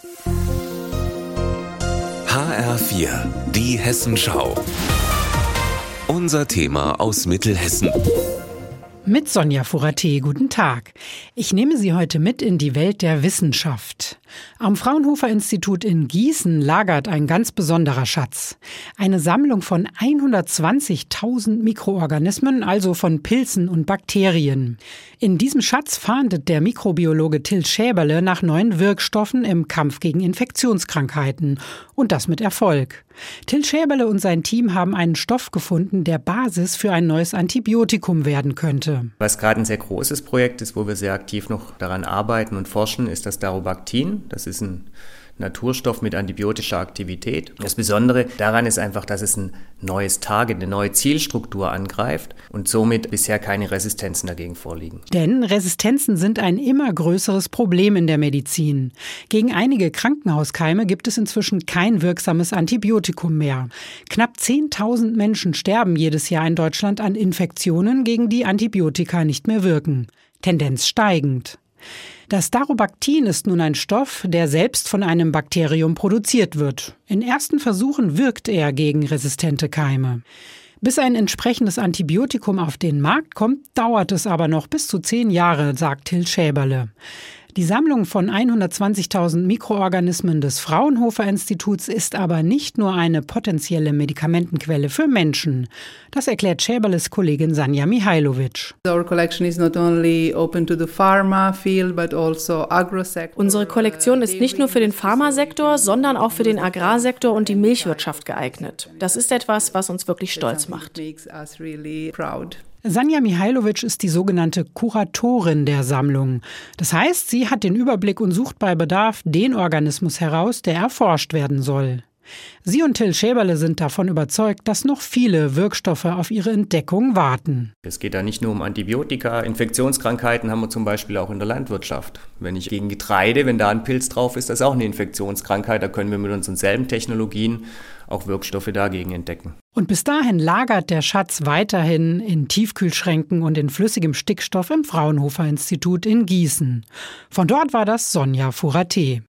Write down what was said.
HR4, die Hessenschau. Unser Thema aus Mittelhessen. Mit Sonja Furaté, guten Tag. Ich nehme Sie heute mit in die Welt der Wissenschaft. Am Fraunhofer-Institut in Gießen lagert ein ganz besonderer Schatz. Eine Sammlung von 120.000 Mikroorganismen, also von Pilzen und Bakterien. In diesem Schatz fahndet der Mikrobiologe Till Schäberle nach neuen Wirkstoffen im Kampf gegen Infektionskrankheiten. Und das mit Erfolg. Till Schäberle und sein Team haben einen Stoff gefunden, der Basis für ein neues Antibiotikum werden könnte. Was gerade ein sehr großes Projekt ist, wo wir sehr aktiv noch daran arbeiten und forschen, ist das Darubactin. Das ist ein Naturstoff mit antibiotischer Aktivität. Das Besondere daran ist einfach, dass es ein neues Target, eine neue Zielstruktur angreift und somit bisher keine Resistenzen dagegen vorliegen. Denn Resistenzen sind ein immer größeres Problem in der Medizin. Gegen einige Krankenhauskeime gibt es inzwischen kein wirksames Antibiotikum mehr. Knapp 10.000 Menschen sterben jedes Jahr in Deutschland an Infektionen, gegen die Antibiotika nicht mehr wirken. Tendenz steigend. Das Darubactin ist nun ein Stoff, der selbst von einem Bakterium produziert wird. In ersten Versuchen wirkt er gegen resistente Keime. Bis ein entsprechendes Antibiotikum auf den Markt kommt, dauert es aber noch bis zu 10 Jahre, sagt Till Schäberle. Die Sammlung von 120.000 Mikroorganismen des Fraunhofer-Instituts ist aber nicht nur eine potenzielle Medikamentenquelle für Menschen. Das erklärt Schäberles Kollegin Sanja Mihailovic. Unsere Kollektion ist nicht nur für den Pharmasektor, sondern auch für den Agrarsektor und die Milchwirtschaft geeignet. Das ist etwas, was uns wirklich stolz macht. Sanja Mihailovic ist die sogenannte Kuratorin der Sammlung. Das heißt, sie hat den Überblick und sucht bei Bedarf den Organismus heraus, der erforscht werden soll. Sie und Till Schäberle sind davon überzeugt, dass noch viele Wirkstoffe auf ihre Entdeckung warten. Es geht da nicht nur um Antibiotika. Infektionskrankheiten haben wir zum Beispiel auch in der Landwirtschaft. Wenn ich gegen Getreide, wenn da ein Pilz drauf ist, das ist auch eine Infektionskrankheit. Da können wir mit unseren selben Technologien auch Wirkstoffe dagegen entdecken. Und bis dahin lagert der Schatz weiterhin in Tiefkühlschränken und in flüssigem Stickstoff im Fraunhofer-Institut in Gießen. Von dort war das Sonja Furaté.